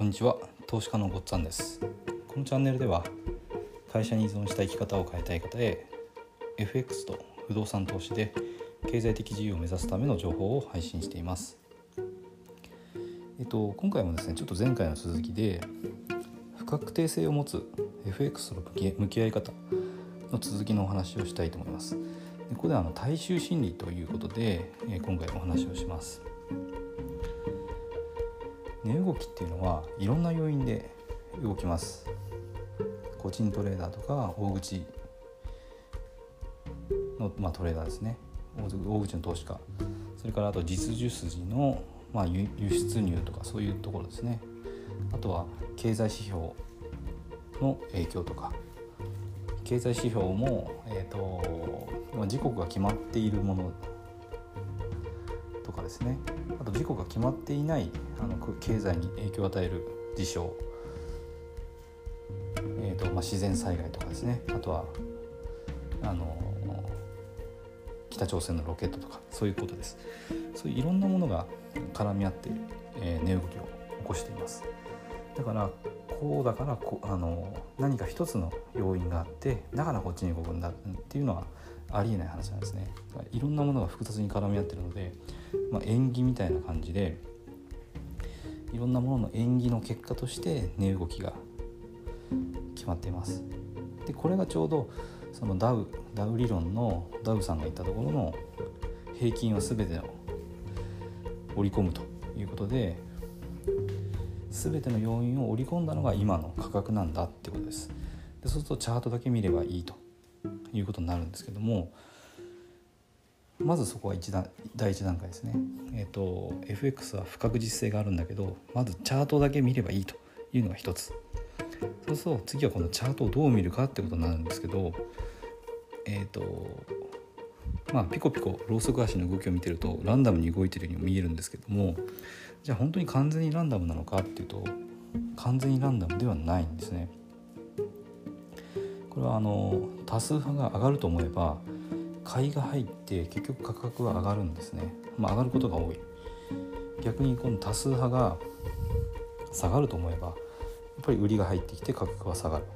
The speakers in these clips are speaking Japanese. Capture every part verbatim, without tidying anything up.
こんにちは、投資家のごっつぁんです。このチャンネルでは会社に依存した生き方を変えたい方へ エフエックス と不動産投資で経済的自由を目指すための情報を配信しています。えっと、今回もですねちょっと前回の続きで不確定性を持つ エフエックス との向き合い方の続きのお話をしたいと思います。でここではあの大衆心理ということで、えー、今回お話をします。値動きっていうのはいろんな要因で動きます。個人トレーダーとか大口の、まあ、トレーダーですね、大口の投資家、それからあと実需筋の、まあ、輸出入とかそういうところですね。あとは経済指標の影響とか、経済指標も、えーとまあ、時刻が決まっているものとかですね、あと時刻が決まっていないあの経済に影響を与える事象、えーとまあ、自然災害とかですね、あとはあの北朝鮮のロケットとかそういうことです。そういういろんなものが絡み合って、えー、値動きを起こしています。だからこうだからこあの何か一つの要因があってだからこっちに動くんだっていうのはありえない話なんですね。いろんなものが複雑に絡み合っているので、まあ、縁起みたいな感じでいろんなものの縁起の結果として値動きが決まっています。でこれがちょうどそのダウ、ダウ理論のダウさんが言ったところの平均は全てを織り込むということで、全ての要因を織り込んだのが今の価格なんだってことです。でそうするとチャートだけ見ればいいということになるんですけども、まずそこは一段第一段階ですね。えっと エフエックス は不確実性があるんだけど、まずチャートだけ見ればいいというのが一つ。そうすると次はこのチャートをどう見るかってことになるんですけど、えっとまあピコピコローソク足の動きを見てるとランダムに動いてるように見えるんですけども、じゃあ本当に完全にランダムなのかっていうと完全にランダムではないんですね。これはあの多数派が上がると思えば買いが入って結局価格は上がるんですね。まあ上がることが多い。逆にこの多数派が下がると思えばやっぱり売りが入ってきて価格は下がる。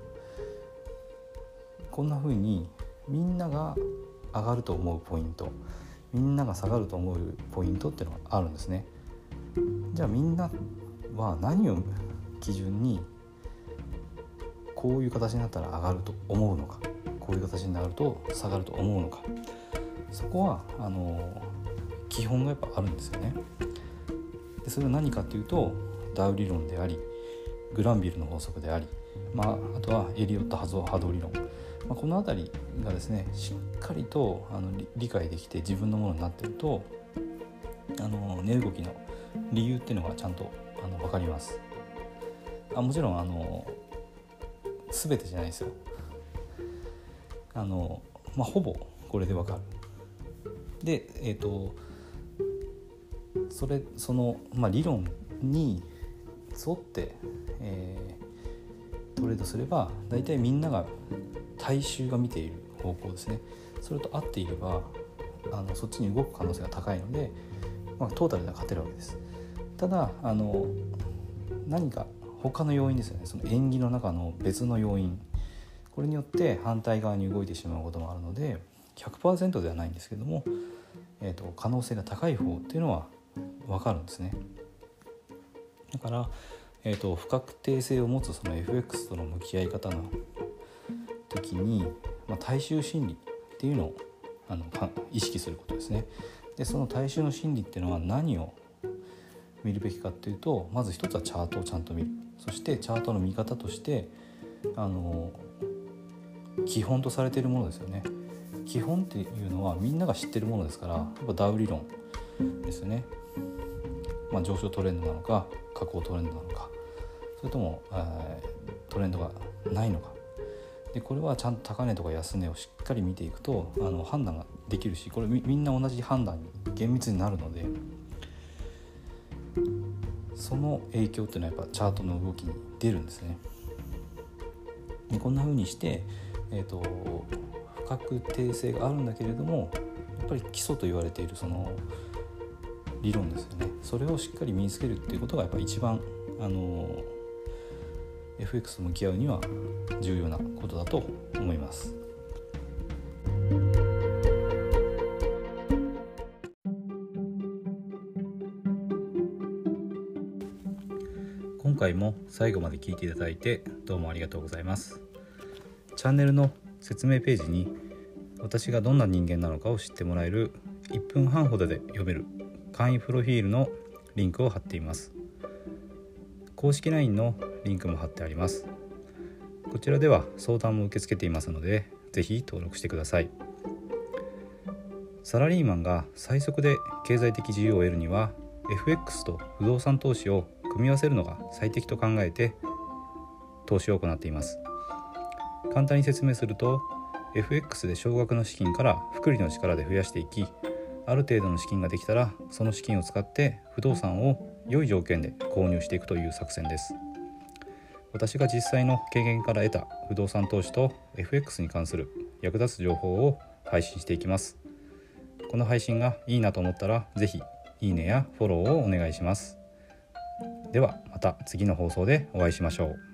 こんな風にみんなが上がると思うポイント、みんなが下がると思うポイントっていうのがあるんですね。じゃあみんなは何を基準にこういう形になったら上がると思うのか、こういう形になると下がると思うのか、そこはあの基本がやっぱあるんですよね。でそれは何かというとダウ理論であり、グランビルの法則であり、まあ、あとはエリオット波動理論、まあ、このあたりがですねしっかりとあの理解できて自分のものになっていると、あの値動きの理由っていうのがちゃんとあの分かります。あもちろんあの全てじゃないですよ。あの、まあ、ほぼこれで分かる。で、えーと、それその、まあ、理論に沿って、えー、トレードすれば大体みんなが大衆が見ている方向ですね。それと合っていればあのそっちに動く可能性が高いので、まあ、トータルでは勝てるわけです。ただあの何か他の要因ですよね、その縁起の中の別の要因、これによって反対側に動いてしまうこともあるので ひゃくパーセント ではないんですけども、えーと、可能性が高い方っていうのは分かるんですね。だから、えーと、不確定性を持つその エフエックス との向き合い方の時に、まあ、大衆心理っていうのをあの意識することですね。でその大衆の心理っていうのは何を見るべきかっていうと、まず一つはチャートをちゃんと見る。そしてチャートの見方としてあの基本とされているものですよね。基本っていうのはみんなが知っているものですから、やっぱダウ理論ですよね。まあ、上昇トレンドなのか下降トレンドなのか、それとも、えー、トレンドがないのか。でこれはちゃんと高値とか安値をしっかり見ていくとあの判断ができるし、これ み, みんな同じ判断に厳密になるので、その影響っていうのはやっぱチャートの動きに出るんですね。でこんな風にして、えーと、不確定性があるんだけれども、やっぱり基礎と言われているその理論ですよね。それをしっかり身につけるっていうことがやっぱり一番あの エフエックス と向き合うには重要なことだと思います。今回も最後まで聞いていただいてどうもありがとうございます。チャンネルの説明ページに私がどんな人間なのかを知ってもらえるいっぷんはんほどで読める簡易プロフィールのリンクを貼っています。公式 ライン のリンクも貼ってあります。こちらでは相談も受け付けていますので、ぜひ登録してください。サラリーマンが最速で経済的自由を得るには エフエックス と不動産投資を組み合わせるのが最適と考えて投資を行っています。簡単に説明すると、 エフエックス で少額の資金から複利の力で増やしていき、ある程度の資金ができたらその資金を使って不動産を良い条件で購入していくという作戦です。私が実際の経験から得た不動産投資と エフエックス に関する役立つ情報を配信していきます。この配信がいいなと思ったらぜひいいねやフォローをお願いします。ではまた次の放送でお会いしましょう。